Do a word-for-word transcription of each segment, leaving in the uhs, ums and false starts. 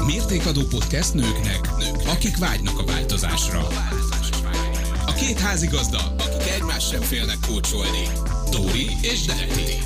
Mértékadó podcast nőknek, nőknek, akik vágynak a változásra. A két házigazda, akik egymást sem félnek kócsolni. Dóri és Detti.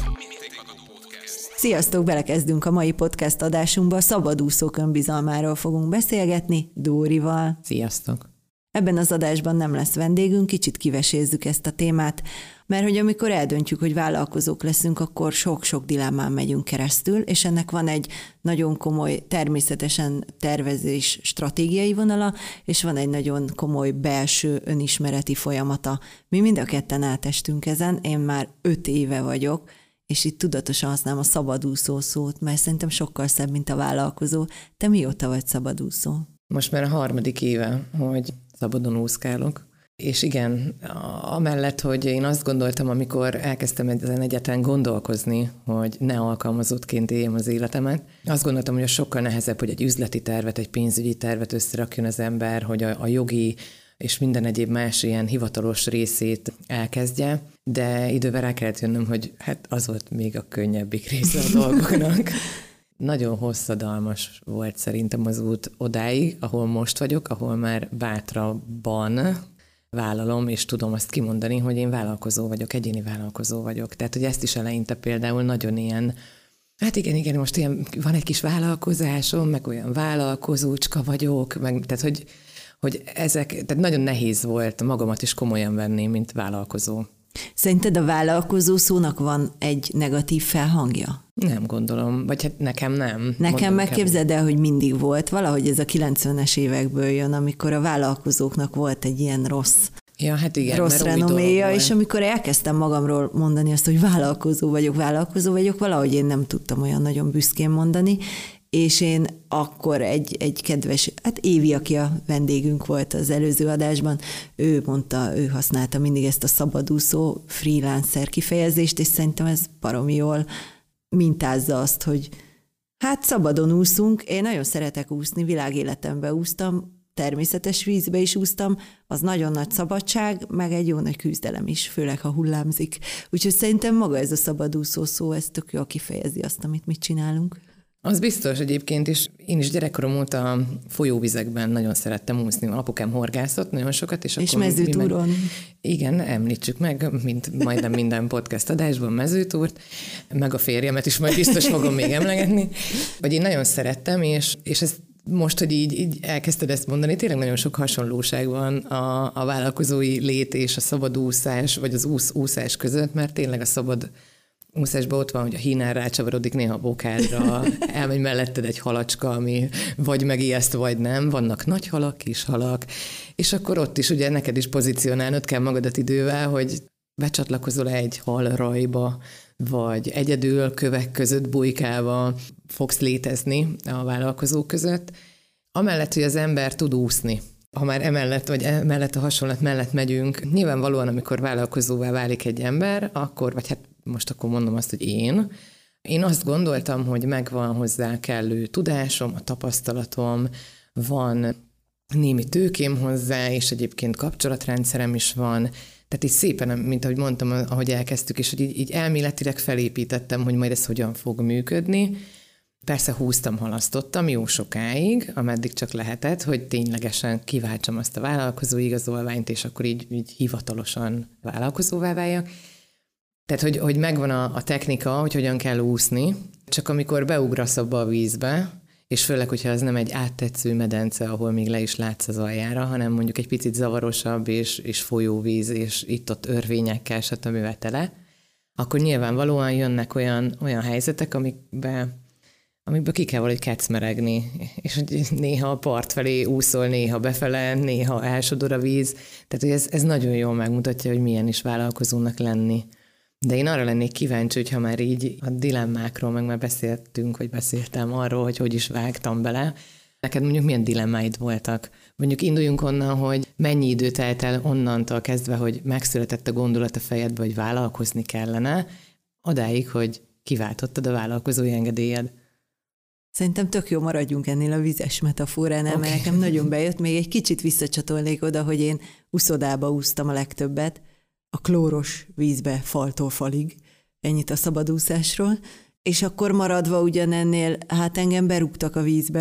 Sziasztok, belekezdünk a mai podcast adásunkba. Szabadúszók önbizalmáról fogunk beszélgetni Dórival. Sziasztok! Ebben az adásban nem lesz vendégünk, kicsit kivesézzük ezt a témát, mert hogy amikor eldöntjük, hogy vállalkozók leszünk, akkor sok-sok dilemmán megyünk keresztül, és ennek van egy nagyon komoly, természetesen tervezés stratégiai vonala, és van egy nagyon komoly belső önismereti folyamata. Mi mind a ketten átestünk ezen, én már öt éve vagyok, és itt tudatosan használom a szabadúszó szót, mert szerintem sokkal szebb, mint a vállalkozó. Te mióta vagy szabadúszó? Most már a harmadik éve, hogy szabadon úszkálok. És igen, amellett, hogy én azt gondoltam, amikor elkezdtem ezen egyáltalán gondolkozni, hogy ne alkalmazottként éljem az életemet, azt gondoltam, hogy az sokkal nehezebb, hogy egy üzleti tervet, egy pénzügyi tervet összerakjon az ember, hogy a, a jogi és minden egyéb más ilyen hivatalos részét elkezdje, de idővel rá kellett jönnöm, hogy hát az volt még a könnyebbik része a dolgoknak. Nagyon hosszadalmas volt szerintem az út odáig, ahol most vagyok, ahol már bátrabban vállalom, és tudom azt kimondani, hogy én vállalkozó vagyok, egyéni vállalkozó vagyok. Tehát, hogy ezt is eleinte például nagyon ilyen, hát igen, igen, most ilyen, van egy kis vállalkozásom, meg olyan vállalkozócska vagyok, meg, tehát, hogy, hogy ezek, tehát nagyon nehéz volt magamat is komolyan venni, mint vállalkozó. Szerinted a vállalkozó szónak van egy negatív felhangja? Nem gondolom, vagy hát nekem nem. Nekem megképzeld el, hogy mindig volt, valahogy ez a kilencvenes évekből jön, amikor a vállalkozóknak volt egy ilyen rossz, ja, hát igen, rossz renoméja, és amikor elkezdtem magamról mondani azt, hogy vállalkozó vagyok, vállalkozó vagyok, valahogy én nem tudtam olyan nagyon büszkén mondani, és én akkor egy, egy kedves, hát Évi, aki a vendégünk volt az előző adásban, ő mondta, ő használta mindig ezt a szabadúszó freelancer kifejezést, és szerintem ez baromi jól mintázza azt, hogy hát szabadon úszunk, én nagyon szeretek úszni, világéletemben úsztam, természetes vízbe is úsztam, az nagyon nagy szabadság, meg egy jó nagy küzdelem is, főleg ha hullámzik. Úgyhogy szerintem maga ez a szabadúszó szó, ez tök jól kifejezi azt, amit mit csinálunk. Az biztos egyébként is. Én is gyerekkorom óta folyóvizekben nagyon szerettem úszni. Apukám horgászott nagyon sokat. És, és akkor mezőtúron. Meg... Igen, említsük meg, mint majdnem minden podcast adásban mezőtúrt, meg a férjemet is majd biztos fogom még emlegetni. Vagy én nagyon szerettem, és, és ez most, hogy így, így elkezdted ezt mondani, tényleg nagyon sok hasonlóság van a, a vállalkozói lét és a szabadúszás, vagy az úsz, úszás között, mert tényleg a szabad úszásban ott van, hogy a hínár rácsavarodik néha a bokádra, elmegy melletted egy halacska, ami vagy megijeszt, vagy nem. Vannak nagy halak, kis halak, és akkor ott is ugye neked is pozícionálnod kell magadat idővel, hogy becsatlakozol egy halrajba, vagy egyedül kövek között bujkálva fogsz létezni a vállalkozók között. Amellett, hogy az ember tud úszni, ha már emellett, vagy emellett a hasonlat mellett megyünk, nyilvánvalóan, amikor vállalkozóvá válik egy ember, akkor, vagy hát most akkor mondom azt, hogy én, én azt gondoltam, hogy megvan hozzá kellő tudásom, a tapasztalatom, van némi tőkém hozzá, és egyébként kapcsolatrendszerem is van. Tehát így szépen, mint ahogy mondtam, ahogy elkezdtük, és hogy így, így elméletileg felépítettem, hogy majd ez hogyan fog működni. Persze húztam, halasztottam jó sokáig, ameddig csak lehetett, hogy ténylegesen kiváltsam azt a vállalkozói igazolványt, és akkor így, így hivatalosan vállalkozóvá váljak. Tehát, hogy, hogy megvan a, a technika, hogy hogyan kell úszni, csak amikor beugrasz abba a vízbe, és főleg, hogyha ez nem egy áttetsző medence, ahol még le is látsz az aljára, hanem mondjuk egy picit zavarosabb, és, és folyóvíz, és itt-ott örvényekkel, stb. Tele, akkor nyilvánvalóan jönnek olyan, olyan helyzetek, amikben amikből ki kell valahogy kecmeregni, és hogy néha a part felé úszol, néha befele, néha elsodor a víz. Tehát hogy ez, ez nagyon jól megmutatja, hogy milyen is vállalkozónak lenni. De én arra lennék kíváncsi, hogyha már így a dilemmákról, meg már beszéltünk, vagy beszéltem arról, hogy hogy is vágtam bele. Neked mondjuk milyen dilemmáid voltak? Mondjuk induljunk onnan, hogy mennyi idő telt el onnantól kezdve, hogy megszületett a gondolat a fejedbe, hogy vállalkozni kellene, odáig, hogy kiváltottad a vállalkozói engedélyed. Szerintem tök jó, maradjunk ennél a vizes metaforánál, okay. Mert nekem nagyon bejött, még egy kicsit visszacsatolnék oda, hogy én uszodába úsztam a legtöbbet, a klóros vízbe faltól falig, ennyit a szabadúszásról, és akkor maradva ugyanennél, hát engem berúgtak a vízbe,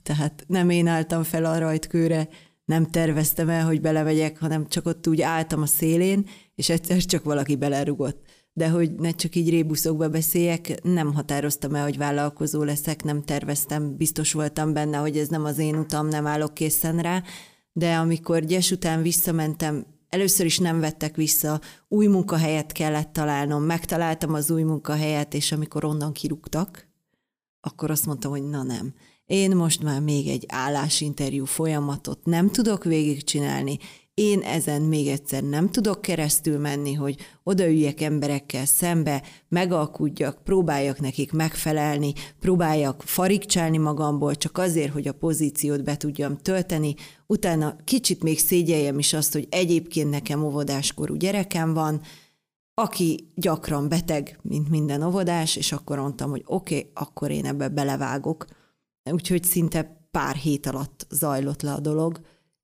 Tehát nem én álltam fel a rajtkőre, nem terveztem el, hogy belevegyek, hanem csak ott úgy álltam a szélén, és egyszer csak valaki belerugott. De hogy ne csak így rébuszokba beszéljek, nem határoztam el, hogy vállalkozó leszek, nem terveztem, biztos voltam benne, hogy ez nem az én utam, nem állok készen rá, de amikor gyes után visszamentem, először is nem vettek vissza, új munkahelyet kellett találnom, megtaláltam az új munkahelyet, és amikor onnan kirúgtak, akkor azt mondtam, hogy na nem. Én most már még egy állásinterjú folyamatot nem tudok végigcsinálni, én ezen még egyszer nem tudok keresztül menni, hogy odaüljek emberekkel szembe, megalkudjak, próbáljak nekik megfelelni, próbáljak farigcsálni magamból, csak azért, hogy a pozíciót be tudjam tölteni, utána kicsit még szégyeljem is azt, hogy egyébként nekem óvodáskorú gyerekem van, aki gyakran beteg, mint minden óvodás, és akkor mondtam, hogy oké, okay, akkor én ebbe belevágok. Úgyhogy szinte pár hét alatt zajlott le a dolog,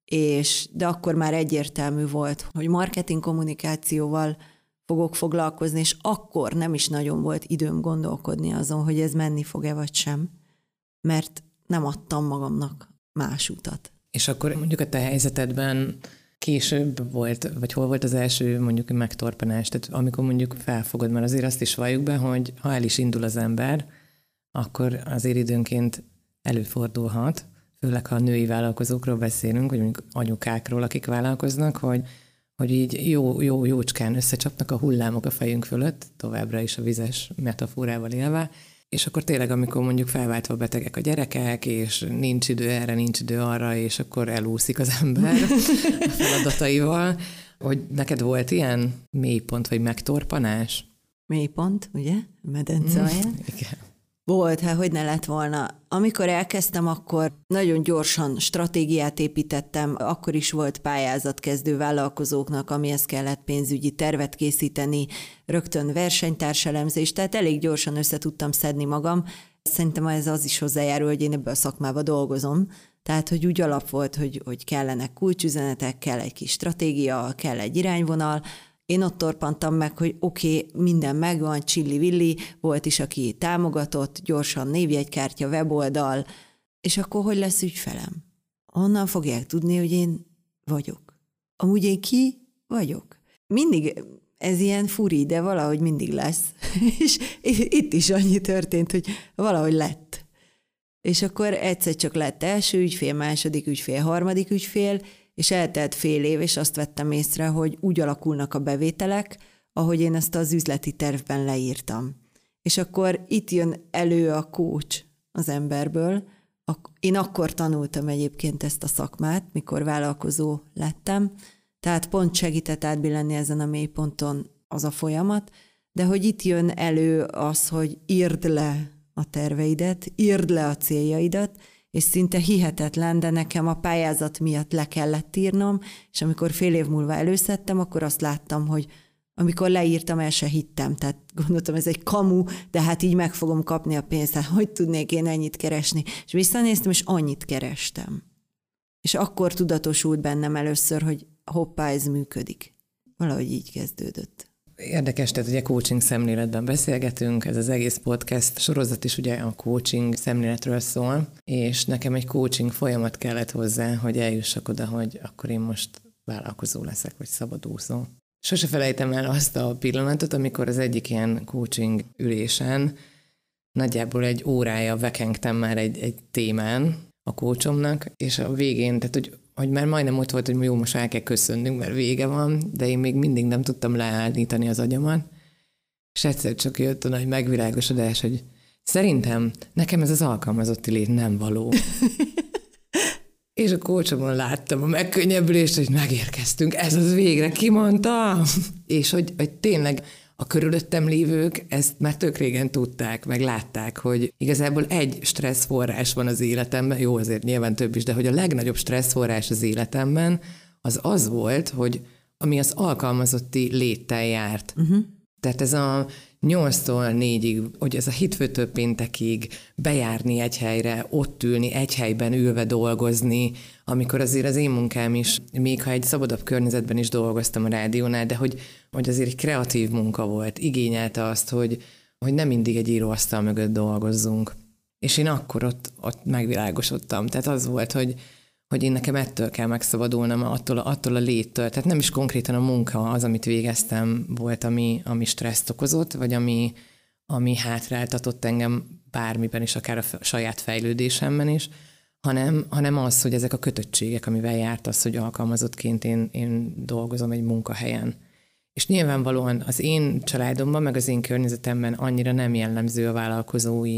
és, de akkor már egyértelmű volt, hogy marketing kommunikációval fogok foglalkozni, és akkor nem is nagyon volt időm gondolkodni azon, hogy ez menni fog-e vagy sem, mert nem adtam magamnak más utat. És akkor mondjuk a te helyzetedben később volt, vagy hol volt az első mondjuk megtorpanás, tehát amikor mondjuk felfogod, mert azért azt is valljuk be, hogy ha el is indul az ember, akkor azért időnként előfordulhat, főleg ha a női vállalkozókról beszélünk, vagy mondjuk anyukákról, akik vállalkoznak, hogy, hogy így jó, jó, jócskán összecsapnak a hullámok a fejünk fölött, továbbra is a vizes metaforával élve, és akkor tényleg, amikor mondjuk felváltva betegek a gyerekek, és nincs idő erre, nincs idő arra, és akkor elúszik az ember a feladataival, hogy neked volt ilyen mélypont, vagy megtorpanás? Mélypont, ugye? Medence alján. Igen. Volt, hát hogy ne lett volna. Amikor elkezdtem, akkor nagyon gyorsan stratégiát építettem, akkor is volt pályázatkezdő vállalkozóknak, amihez kellett pénzügyi tervet készíteni, rögtön versenytárselemzés, tehát elég gyorsan össze tudtam szedni magam. Szerintem ez az is hozzájárul, hogy én ebben a szakmában dolgozom, tehát hogy úgy alap volt, hogy, hogy kellenek kulcsüzenetek, kell egy kis stratégia, kell egy irányvonal. Én ott torpantam meg, hogy oké, okay, minden megvan, csilli-villi, volt is, aki támogatott, gyorsan névjegykártya, weboldal, és akkor hogy lesz ügyfelem? Honnan fogják tudni, hogy én vagyok? Amúgy én ki vagyok? Mindig ez ilyen furi, de valahogy mindig lesz. És itt is annyi történt, hogy valahogy lett. És akkor egyszer csak lett első ügyfél, második ügyfél, harmadik ügyfél, és eltelt fél év, és azt vettem észre, hogy úgy alakulnak a bevételek, ahogy én ezt az üzleti tervben leírtam. És akkor itt jön elő a coach az emberből. Én akkor tanultam egyébként ezt a szakmát, mikor vállalkozó lettem, tehát pont segített átbillenni ezen a mélyponton az a folyamat, de hogy itt jön elő az, hogy írd le a terveidet, írd le a céljaidat, és szinte hihetetlen, de nekem a pályázat miatt le kellett írnom, és amikor fél év múlva előszedtem, akkor azt láttam, hogy amikor leírtam, el se hittem, tehát gondoltam, ez egy kamu, de hát így meg fogom kapni a pénzt, hát hogy tudnék én ennyit keresni? És visszanéztem, és annyit kerestem. És akkor tudatosult bennem először, hogy hoppá, ez működik. Valahogy így kezdődött. Érdekes, tehát ugye coaching szemléletben beszélgetünk, ez az egész podcast sorozat is ugye a coaching szemléletről szól, és nekem egy coaching folyamat kellett hozzá, hogy eljussak oda, hogy akkor én most vállalkozó leszek, vagy szabadúszó. Sose felejtem el azt a pillanatot, amikor az egyik ilyen coaching ülésen nagyjából egy órája vekengtem már egy, egy témán a coachomnak, és a végén, tehát hogy hogy már majdnem ott volt, hogy jó, most el kell köszönnünk, mert vége van, de én még mindig nem tudtam leállítani az agyamat. És egyszer csak jött a nagy megvilágosodás, hogy szerintem nekem ez az alkalmazotti lét nem való. És a coachomon láttam a megkönnyebbülést, hogy megérkeztünk, ez az végre, kimondta. És hogy, hogy tényleg a körülöttem lévők ezt már tök régen tudták, meg látták, hogy igazából egy stresszforrás van az életemben, jó, azért nyilván több is, de hogy a legnagyobb stresszforrás az életemben az az volt, hogy ami az alkalmazotti léttel járt. Uh-huh. Tehát ez a nyolctól négyig, hogy ez a hétfőtől péntekig bejárni egy helyre, ott ülni, egy helyben ülve dolgozni, amikor azért az én munkám is, még ha egy szabadabb környezetben is dolgoztam a rádiónál, de hogy, hogy azért egy kreatív munka volt, igényelte azt, hogy, hogy nem mindig egy íróasztal mögött dolgozzunk. És én akkor ott, ott megvilágosodtam. Tehát az volt, hogy, hogy én nekem ettől kell megszabadulnom, attól, attól a léttől. Tehát nem is konkrétan a munka az, amit végeztem, volt, ami, ami stresszt okozott, vagy ami, ami hátráltatott engem bármiben is, akár a saját fejlődésemben is, hanem, hanem az, hogy ezek a kötöttségek, amivel járt az, hogy alkalmazottként én, én dolgozom egy munkahelyen. És nyilvánvalóan az én családomban, meg az én környezetemben annyira nem jellemző a vállalkozói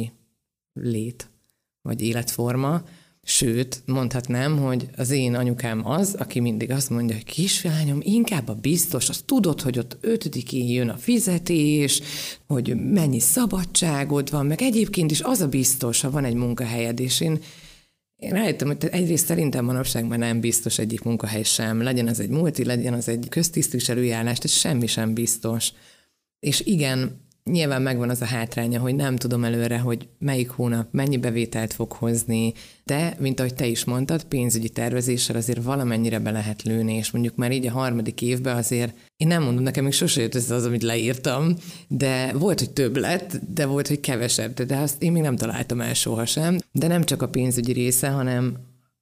lét, vagy életforma, sőt, mondhatnám, hogy az én anyukám az, aki mindig azt mondja, hogy kisfiányom, inkább a biztos, azt tudod, hogy ott ötödikén jön a fizetés, hogy mennyi szabadságod van, meg egyébként is az a biztos, ha van egy munkahelyed, és én Én rájöttem, hogy egyrészt szerintem manapság már nem biztos egyik munkahely sem. Legyen az egy multi, legyen az egy köztisztviselői állás, tehát semmi sem biztos. És igen, nyilván megvan az a hátránya, hogy nem tudom előre, hogy melyik hónap mennyi bevételt fog hozni, de, mint ahogy te is mondtad, pénzügyi tervezéssel azért valamennyire be lehet lőni, és mondjuk már így a harmadik évben azért, én nem mondom, nekem még sose jött össze az, amit leírtam, de volt, hogy több lett, de volt, hogy kevesebb, de azt én még nem találtam el sohasem. De nem csak a pénzügyi része, hanem,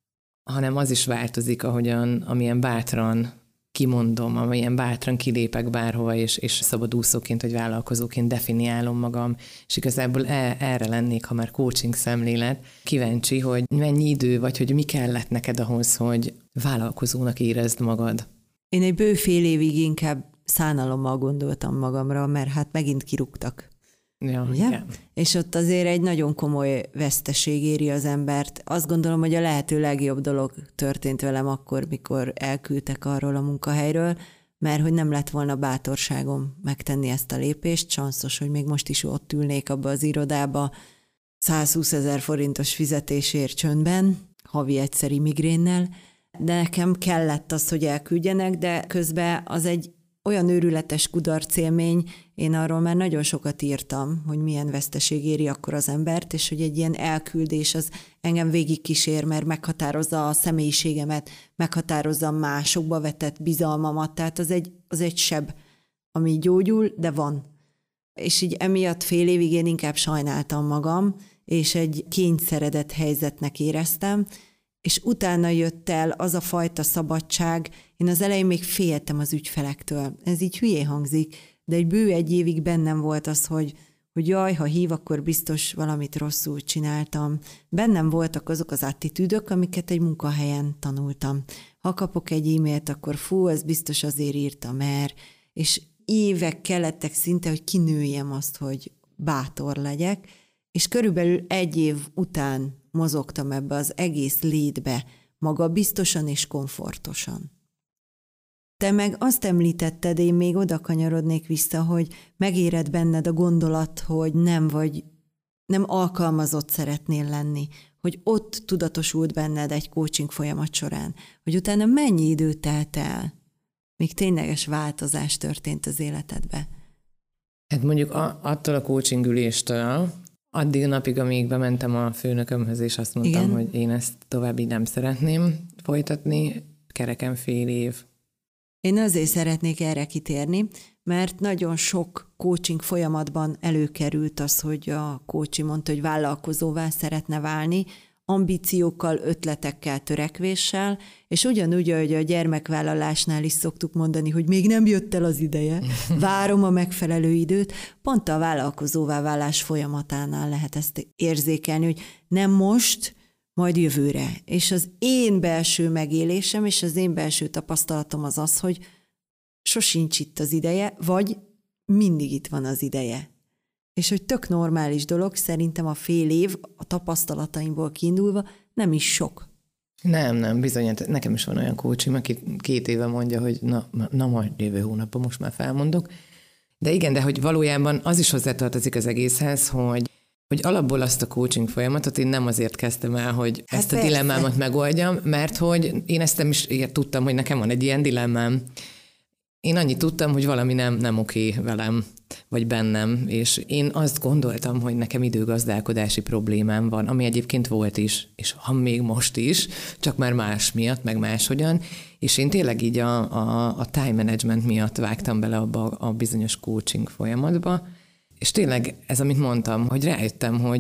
hanem az is változik, ahogyan, amilyen bátran kimondom, amilyen bátran kilépek bárhova, és, és szabadúszóként vagy vállalkozóként definiálom magam, és igazából e, erre lennék, ha már coaching szemlélet, kíváncsi, hogy mennyi idő, vagy hogy mi kellett neked ahhoz, hogy vállalkozónak érezd magad. Én egy bő fél évig inkább szánalommal gondoltam magamra, mert hát megint kirúgtak. Ja, ugye? igen. És ott azért egy nagyon komoly veszteség éri az embert. Azt gondolom, hogy a lehető legjobb dolog történt velem akkor, mikor elküldtek arról a munkahelyről, mert hogy nem lett volna bátorságom megtenni ezt a lépést. Sanszos, hogy még most is ott ülnék abba az irodába százhúszezer forintos fizetésért csöndben, havi egyszeri migrénnel, de nekem kellett az, hogy elküldjenek, de közben az egy olyan őrületes kudarc élmény, én arról már nagyon sokat írtam, hogy milyen veszteség éri akkor az embert, és hogy egy ilyen elküldés az engem végig kísér, mert meghatározza a személyiségemet, meghatározza a másokba vetett bizalmamat, tehát az egy, az egy seb, ami gyógyul, de van. És így emiatt fél évig én inkább sajnáltam magam, és egy kényszeredett helyzetnek éreztem, és utána jött el az a fajta szabadság, én az elején még féltem az ügyfelektől. Ez így hülyén hangzik, de egy bő egy évig bennem volt az, hogy, hogy jaj, ha hív, akkor biztos valamit rosszul csináltam. Bennem voltak azok az attitűdök, amiket egy munkahelyen tanultam. Ha kapok egy e-mailt, akkor fú, ez biztos azért írta, mert, és évek kellettek szinte, hogy kinőjem azt, hogy bátor legyek, és körülbelül egy év után mozogtam ebbe az egész létbe, magabiztosan és komfortosan. Te meg azt említetted, én még oda kanyarodnék vissza, hogy megéred benned a gondolat, hogy nem vagy, nem alkalmazott szeretnél lenni, hogy ott tudatosult benned egy coaching folyamat során, hogy utána mennyi idő telt el, míg tényleges változás történt az életedbe. Hát mondjuk a, attól a coaching üléstől, addig a napig, amíg bementem a főnökömhöz, és azt mondtam, igen, hogy én ezt tovább így nem szeretném folytatni, kereken fél év. Én azért szeretnék erre kitérni, mert nagyon sok coaching folyamatban előkerült az, hogy a coach mondta, hogy vállalkozóvá szeretne válni, ambíciókkal, ötletekkel, törekvéssel, és ugyanúgy, ahogy a gyermekvállalásnál is szoktuk mondani, hogy még nem jött el az ideje, várom a megfelelő időt, pont a vállalkozóvá válás folyamatánál lehet ezt érzékelni, hogy nem most, majd jövőre. És az én belső megélésem és az én belső tapasztalatom az az, hogy sosincs itt az ideje, vagy mindig itt van az ideje. És hogy tök normális dolog, szerintem a fél év a tapasztalataimból kiindulva nem is sok. Nem, nem, bizony, nekem is van olyan coachim, aki két éve mondja, hogy na, na majd jövő hónapban most már felmondok. De igen, de hogy valójában az is hozzátartozik az egészhez, hogy hogy alapból azt a coaching folyamatot én nem azért kezdtem el, hogy hát ezt persze. a dilemmámat megoldjam, mert hogy én ezt nem is tudtam, hogy nekem van egy ilyen dilemmám. Én annyit tudtam, hogy valami nem, nem oké velem, vagy bennem, és én azt gondoltam, hogy nekem időgazdálkodási problémám van, ami egyébként volt is, és ha még most is, csak már más miatt, meg máshogyan, és én tényleg így a, a, a time management miatt vágtam bele abba a bizonyos coaching folyamatba, és tényleg ez, amit mondtam, hogy rájöttem, hogy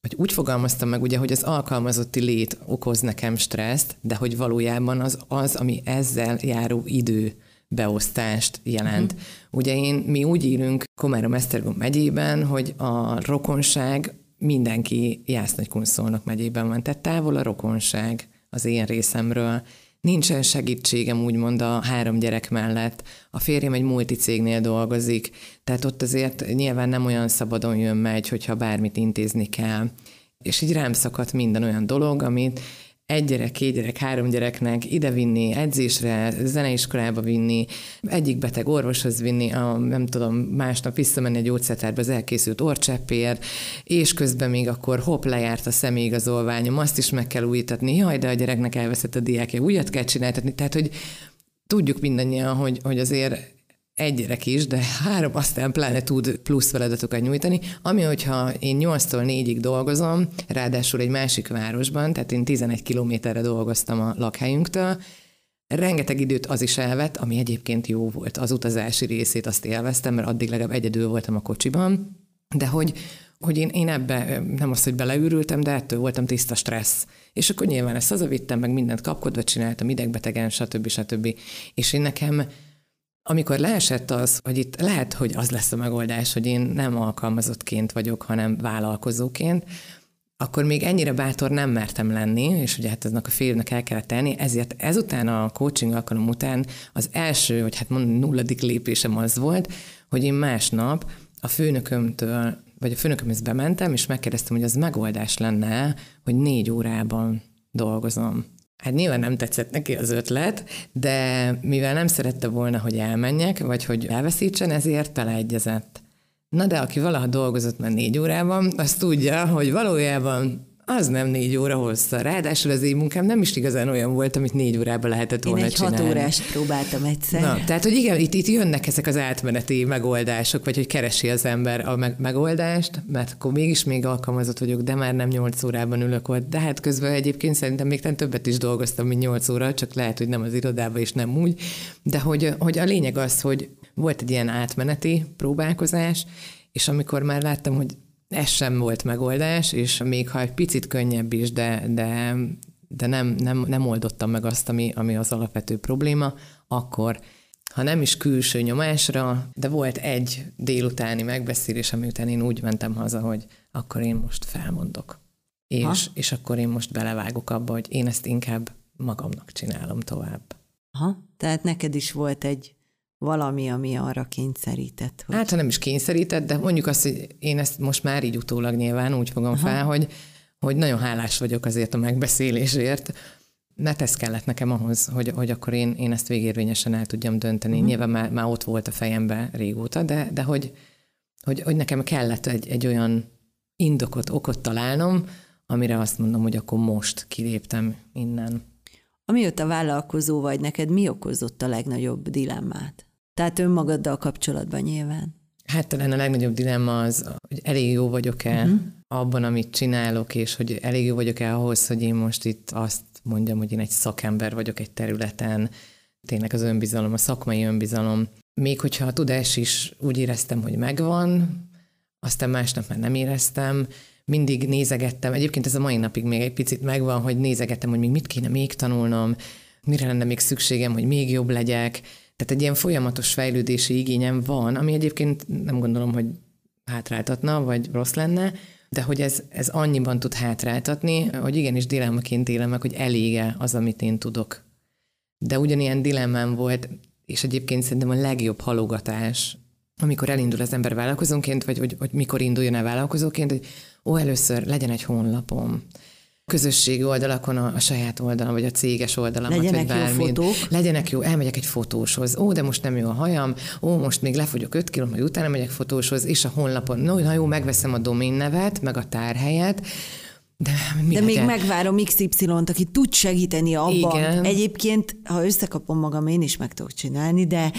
vagy úgy fogalmaztam meg, ugye, hogy az alkalmazotti lét okoz nekem stresszt, de hogy valójában az az, ami ezzel járó idő beosztást jelent. Uh-huh. Ugye én, mi úgy írunk Komárom-Esztergom megyében, hogy a rokonság mindenki Jász-Nagykunszolnok megyében van, tehát távol a rokonság az én részemről. Nincsen segítségem úgymond a három gyerek mellett. A férjem egy multicégnél dolgozik, tehát ott azért nyilván nem olyan szabadon jön megy, hogyha bármit intézni kell. És így rám szakadt minden olyan dolog, amit egy gyerek, két gyerek, három gyereknek idevinni, edzésre, zeneiskolába vinni, egyik beteg orvoshoz vinni, a, nem tudom, másnap visszamenni a gyógyszertárba az elkészült orrcseppért, és közben még akkor hopp, lejárt a személyigazolványom, azt is meg kell újítatni, jaj, de a gyereknek elveszett a diákja, újat kell csináltatni, tehát hogy tudjuk mindannyian, hogy, hogy azért egy gyerek is, de három aztán pláne tud plusz feladatokat nyújtani, ami, hogyha én nyolctól négyig dolgozom, ráadásul egy másik városban, tehát én tizenegy kilométerre dolgoztam a lakhelyünktől, rengeteg időt az is elvett, ami egyébként jó volt. Az utazási részét azt élveztem, mert addig legalább egyedül voltam a kocsiban, de hogy, hogy én, én ebbe nem azt, hogy beleűrültem, de ettől voltam tiszta stressz. És akkor nyilván ezt hazavittem, meg mindent kapkodva csináltam, idegbetegen, stb. stb. És én nekem amikor leesett az, hogy itt lehet, hogy az lesz a megoldás, hogy én nem alkalmazottként vagyok, hanem vállalkozóként, akkor még ennyire bátor nem mertem lenni, és ugye hát aznak a fél évnek el kellett tenni, ezért ezután a coaching alkalom után az első, hogy hát mondom, nulladik lépésem az volt, hogy én másnap a főnökömtől, vagy a főnökömhöz bementem, és megkérdeztem, hogy az megoldás lenne, hogy négy órában dolgozom. Hát nyilván nem tetszett neki az ötlet, de mivel nem szerette volna, hogy elmenjek, vagy hogy elveszítsen, ezért beleegyezett. Na de aki valaha dolgozott már négy órában, az tudja, hogy valójában az nem négy óra hossza. Ráadásul az én munkám nem is igazán olyan volt, amit négy órában lehetett volna csinálni. Én egy hat órást próbáltam egyszer. Na, tehát, hogy igen, itt, itt jönnek ezek az átmeneti megoldások, vagy hogy keresi az ember a meg- megoldást, mert akkor mégis még alkalmazott vagyok, de már nem nyolc órában ülök ott. De hát közben egyébként szerintem még többet is dolgoztam, mint nyolc óra, csak lehet, hogy nem az irodában, és nem úgy. De hogy, hogy a lényeg az, hogy volt egy ilyen átmeneti próbálkozás, és amikor már láttam, hogy ez sem volt megoldás, és még ha egy picit könnyebb is, de, de, de nem, nem, nem oldottam meg azt, ami, ami az alapvető probléma, akkor, ha nem is külső nyomásra, de volt egy délutáni megbeszélés, ami után én úgy mentem haza, hogy akkor én most felmondok. És, és akkor én most belevágok abba, hogy én ezt inkább magamnak csinálom tovább. Aha, tehát neked is volt egy valami, ami arra kényszerített. Hogy... Hát, ha nem is kényszerített, de mondjuk azt, hogy én ezt most már így utólag nyilván úgy fogom Aha. fel, hogy, hogy nagyon hálás vagyok azért a megbeszélésért, mert ez kellett nekem ahhoz, hogy, hogy akkor én, én ezt végérvényesen el tudjam dönteni. Uh-huh. Nyilván már, már ott volt a fejemben régóta, de, de hogy, hogy, hogy nekem kellett egy, egy olyan indokot, okot találnom, amire azt mondom, hogy akkor most kiléptem innen. Amióta vállalkozó vagy, neked mi okozott a legnagyobb dilemmát? Tehát önmagaddal kapcsolatban nyilván. Hát talán a legnagyobb dilemma az, hogy elég jó vagyok-e uh-huh. abban, amit csinálok, és hogy elég jó vagyok-e ahhoz, hogy én most itt azt mondjam, hogy én egy szakember vagyok egy területen. Tényleg az önbizalom, a szakmai önbizalom. Még hogyha a tudás is úgy éreztem, hogy megvan, aztán másnap már nem éreztem, mindig nézegettem, egyébként ez a mai napig még egy picit megvan, hogy nézegettem, hogy még mit kéne még tanulnom, mire lenne még szükségem, hogy még jobb legyek. Tehát egy ilyen folyamatos fejlődési igényem van, ami egyébként nem gondolom, hogy hátráltatna, vagy rossz lenne, de hogy ez, ez annyiban tud hátráltatni, hogy igenis dilemmaként élem meg, hogy elég-e az, amit én tudok. De ugyanilyen dilemmám volt, és egyébként szerintem a legjobb halogatás, amikor elindul az ember vállalkozóként, vagy hogy, hogy mikor induljon el vállalkozóként, hogy ó, először legyen egy honlapom, közösségi oldalakon a, a saját oldalam, vagy a céges oldalamat, legyenek vagy bármint. Jó fotók. Legyenek jó, elmegyek egy fotóshoz. Ó, de most nem jó a hajam, ó, most még lefogyok öt kilót, majd utána megyek fotóshoz, és a honlapon, no, na jó, megveszem a doménnevet, meg a tárhelyet, de, de még megvárom iksz ipszilont, aki tud segíteni abban. Igen. Egyébként, ha összekapom magam, én is meg tudok csinálni, de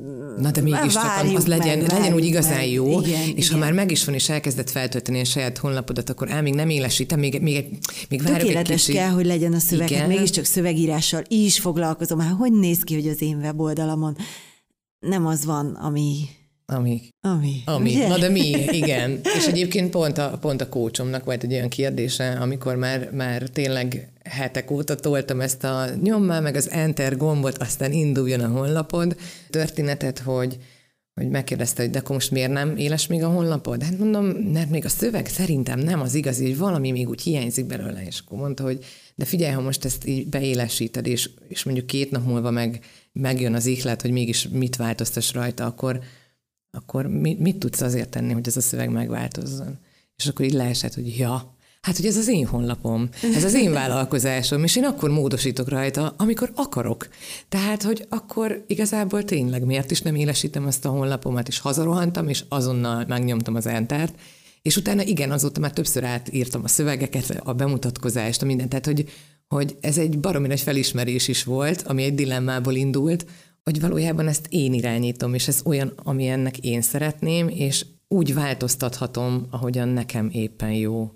na de mégis csak az legyen, meg, legyen úgy igazán meg. jó, Igen, és igen. ha már meg is van, és elkezdett feltölteni a saját honlapodat, akkor á, még nem élesítem, még, még, még várok tökéletes egy kicsit. kell, hogy legyen a szöveg, hát mégiscsak szövegírással is foglalkozom. Hát hogy néz ki, hogy az én weboldalamon nem az van, ami... Ami. Ami. Ami. Na de mi? Igen. És egyébként pont a, pont a coachomnak volt egy olyan kérdése, amikor már, már tényleg hetek óta toltam ezt a nyom már meg az enter gombot, aztán induljon a honlapod történetet, hogy, hogy megkérdezte, hogy de akkor most miért nem éles még a honlapod? Hát mondom, mert még a szöveg szerintem nem az igazi, hogy valami még úgy hiányzik belőle. És akkor mondta, hogy de figyelj, ha most ezt így beélesíted, és, és mondjuk két nap múlva meg, megjön az ihlet, hogy mégis mit változtass rajta, akkor akkor mit, mit tudsz azért tenni, hogy ez a szöveg megváltozzon? És akkor így leesett, hogy ja, hát hogy ez az én honlapom, ez az én vállalkozásom, és én akkor módosítok rajta, amikor akarok. Tehát, hogy akkor igazából tényleg miért is nem élesítem azt a honlapomat, és hazarohantam, és azonnal megnyomtam az entert, és utána igen, azóta már többször átírtam a szövegeket, a bemutatkozást, a mindent, tehát, hogy, hogy ez egy baromi nagy felismerés is volt, ami egy dilemmából indult, hogy valójában ezt én irányítom, és ez olyan, ami ennek én szeretném, és úgy változtathatom, ahogyan nekem éppen jó.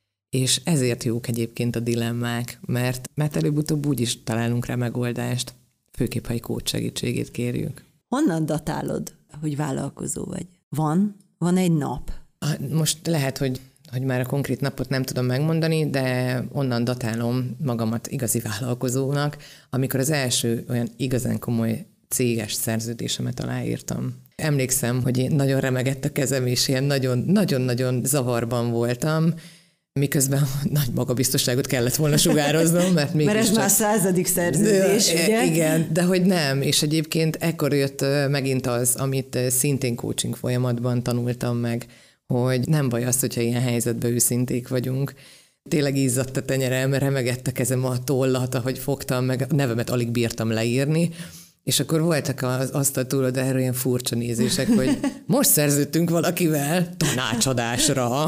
És ezért jók egyébként a dilemmák, mert, mert előbb-utóbb úgy is találunk rá megoldást, főképp, ha egy coach segítségét kérjük. Honnan datálod, hogy vállalkozó vagy? Van? Van egy nap? Most lehet, hogy hogy már a konkrét napot nem tudom megmondani, de onnan datálom magamat igazi vállalkozónak, amikor az első olyan igazán komoly céges szerződésemet aláírtam. Emlékszem, hogy én nagyon remegett a kezem, és ilyen nagyon-nagyon zavarban voltam, miközben nagy magabiztosságot kellett volna sugároznom, mert mégis mert ez csak... már századik szerződés, de, ugye? Igen, de hogy nem, és egyébként ekkor jött megint az, amit szintén coaching folyamatban tanultam meg, hogy nem baj az, hogyha ilyen helyzetben őszinték vagyunk. Tényleg izzadt a tenyerem, remegett a kezem a tollat, ahogy fogtam, meg a nevemet alig bírtam leírni, és akkor voltak az asztal túl, de erről ilyen furcsa nézések, hogy most szerződtünk valakivel tanácsadásra,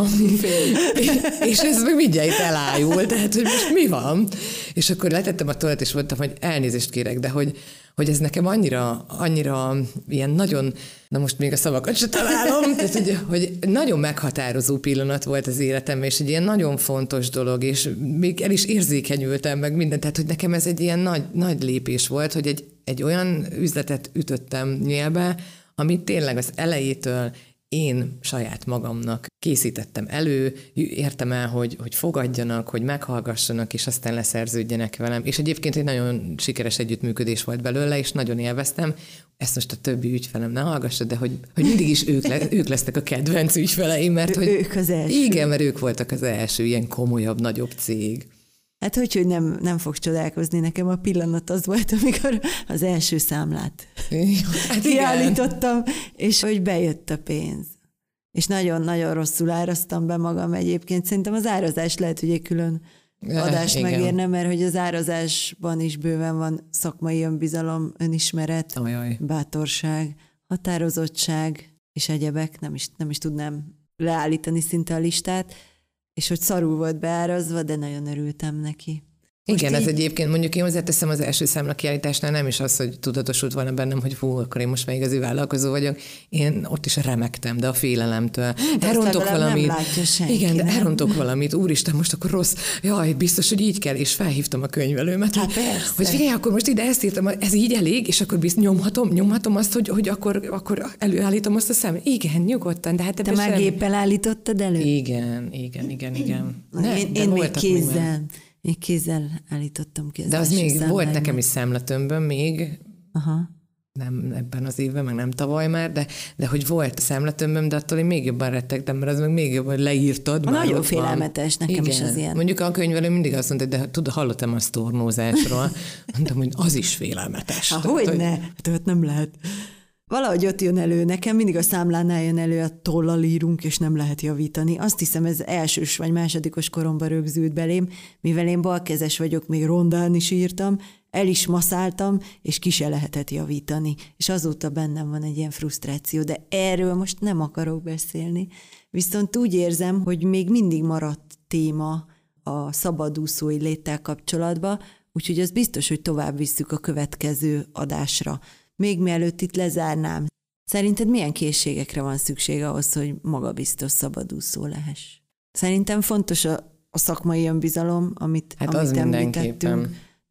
és ez meg mindjárt elájul, tehát hogy most mi van? És akkor letettem a tollat, és mondtam, hogy elnézést kérek, de hogy, hogy ez nekem annyira, annyira ilyen nagyon, na most még a szavakat se találom, tehát hogy, hogy nagyon meghatározó pillanat volt az életemben, és egy ilyen nagyon fontos dolog, és még el is érzékenyültem meg mindent, tehát hogy nekem ez egy ilyen nagy, nagy lépés volt, hogy egy, egy olyan üzletet ütöttem nyélbe, amit tényleg az elejétől én saját magamnak készítettem elő, értem el, hogy, hogy fogadjanak, hogy meghallgassanak, és aztán leszerződjenek velem. És egyébként egy nagyon sikeres együttműködés volt belőle, és nagyon élveztem. Ezt most a többi ügyfelem ne hallgassa, de hogy, hogy mindig is ők, le, ők lesznek a kedvenc ügyfeleim, mert hogy... Ők az első. Igen, mert ők voltak az első ilyen komolyabb, nagyobb cég. Hát hogy, hogy nem, nem fogsz csodálkozni, nekem a pillanat az volt, amikor az első számlát hát kiállítottam, és hogy bejött a pénz. És nagyon-nagyon rosszul áraztam be magam egyébként. Szerintem az árazás lehet, hogy egy külön adást igen. megérne, mert hogy az árazásban is bőven van szakmai önbizalom, önismeret, Ajaj. bátorság, határozottság és egyebek. Nem is, nem is tudnám leállítani szinte a listát. És hogy szarul volt beárazva, de nagyon örültem neki. Most Igen, így... ez egyébként mondjuk én hozzáteszem az első számla kiállításnál nem is az, hogy tudatosult volna bennem, hogy fú, akkor én most már igazi vállalkozó vagyok. Én ott is remegtem, de a félelemtől. De elrontok valamit. Nem látja senki, igen, de nem? elrontok valamit. Úristen, most akkor rossz. Jaj, biztos, hogy így kell. És felhívtam a könyvelőmet. Hát persze. Hogy figyelj, akkor most ide ezt írtam, ez így elég, és akkor bizt, nyomhatom, nyomhatom azt, hogy, hogy akkor, akkor előállítom azt a szem. Igen, nyugodtan, de hát te már géppel állítottad elő? Igen, igen, igen, igen. Nem, én én még kézzel. Még kézzel állítottam ki. De az még volt nekem is számlatömböm még, Aha. nem ebben az évben, meg nem tavaly már, de, de hogy volt számlatömböm, de attól én még jobban rettegtem, mert az meg még jobban leírtad. Már nagyon félelmetes, van. Nekem igen. is az ilyen. Mondjuk a könyvelő mindig azt mondta, de tud, hallottam a sztornózásról. Mondtam, hogy az is félelmetes. Há, hogy ne? Hát ott nem lehet. Valahogy ott jön elő, nekem mindig a számlánál jön elő, a tollal írunk, és nem lehet javítani. Azt hiszem, ez elsős vagy másodikos koromban rögzült belém, mivel én balkezes vagyok, még rondán is írtam, el is maszáltam, és ki se lehetett javítani. És azóta bennem van egy ilyen frusztráció, de erről most nem akarok beszélni. Viszont úgy érzem, hogy még mindig maradt téma a szabadúszói léttel kapcsolatban, úgyhogy az biztos, hogy tovább visszük a következő adásra. Még mielőtt itt lezárnám, szerinted milyen készségekre van szükség ahhoz, hogy magabiztos szabadúszó lehess? Szerintem fontos a, a szakmai önbizalom, amit, hát amit az említettünk.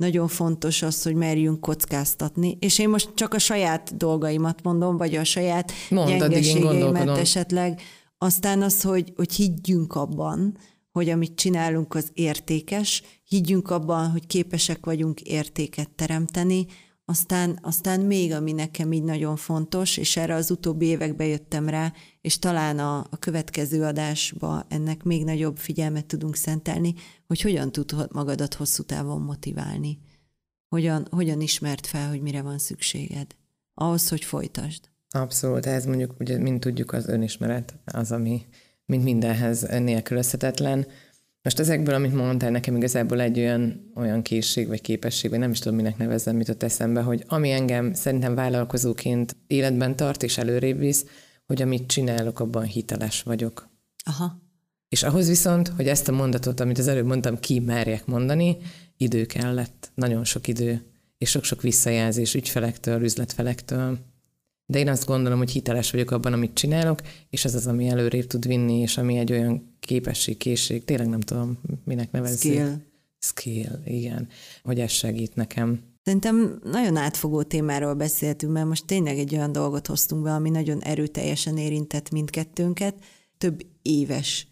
nagyon fontos az, hogy merjünk kockáztatni, és én most csak a saját dolgaimat mondom, vagy a saját Mondod, gyengeségeimet esetleg. Aztán az, hogy, hogy higgyünk abban, hogy amit csinálunk, az értékes, higgyünk abban, hogy képesek vagyunk értéket teremteni, aztán, aztán még, ami nekem így nagyon fontos, és erre az utóbbi években jöttem rá, és talán a, a következő adásba ennek még nagyobb figyelmet tudunk szentelni, hogy hogyan tudod magadat hosszú távon motiválni. Hogyan, hogyan ismerd fel, hogy mire van szükséged. Ahhoz, hogy folytasd. Abszolút, ez mondjuk, ugye, mint tudjuk, az önismeret az, ami mint mindenhez nélkülözhetetlen. Most ezekből, amit mondtál, nekem igazából egy olyan, olyan készség vagy képesség, vagy nem is tudom, minek nevezzem, mit ott eszembe, hogy ami engem szerintem vállalkozóként életben tart és előrébb visz, hogy amit csinálok, abban hiteles vagyok. Aha. És ahhoz viszont, hogy ezt a mondatot, amit az előbb mondtam, ki merjek mondani, idő kellett, nagyon sok idő, és sok-sok visszajelzés ügyfelektől, üzletfelektől. De én azt gondolom, hogy hiteles vagyok abban, amit csinálok, és ez az, ami előrébb tud vinni, és ami egy olyan képesség, készség, tényleg nem tudom, minek nevezzük. Skill. Skill, igen, hogy ez segít nekem. Szerintem nagyon átfogó témáról beszéltünk, mert most tényleg egy olyan dolgot hoztunk be, ami nagyon erőteljesen érintett mindkettőnket. Több éves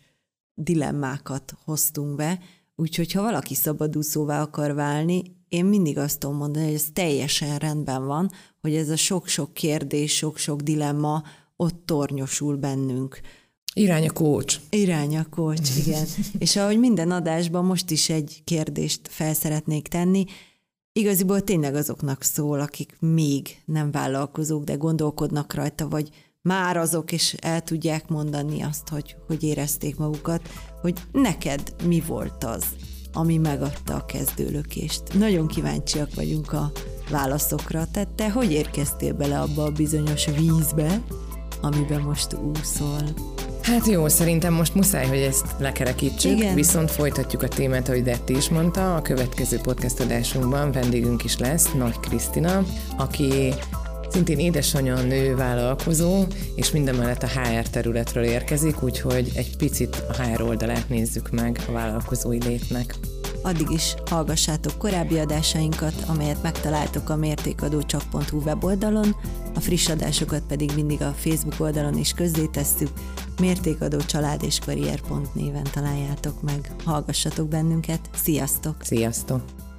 dilemmákat hoztunk be, úgyhogy ha valaki szabadúszóvá akar válni, én mindig azt tudom mondani, hogy ez teljesen rendben van, hogy ez a sok-sok kérdés, sok-sok dilemma ott tornyosul bennünk. Irány a coach. Irány a coach, igen. És ahogy minden adásban most is egy kérdést fel szeretnék tenni, igaziból tényleg azoknak szól, akik még nem vállalkozók, de gondolkodnak rajta, vagy már azok, és el tudják mondani azt, hogy, hogy érezték magukat, hogy neked mi volt az, ami megadta a kezdőlökést. Nagyon kíváncsiak vagyunk a válaszokra. Tehát te hogy érkeztél bele abba a bizonyos vízbe, amiben most úszol? Hát jó, szerintem most muszáj, hogy ezt lekerekítsük, igen. Viszont folytatjuk a témát, ahogy Detti is mondta, a következő podcast adásunkban vendégünk is lesz, Nagy Krisztina, aki szintén édesanyja, nő, vállalkozó, és mindemellett a há er területről érkezik, úgyhogy egy picit a há er oldalát nézzük meg a vállalkozói létnek. Addig is hallgassátok korábbi adásainkat, amelyet megtaláltok a mértékadócsak pont hu weboldalon, a friss adásokat pedig mindig a Facebook oldalon is közzétesszük, mértékadó család és karrier pont néven találjátok meg. Hallgassatok bennünket, sziasztok! Sziasztok!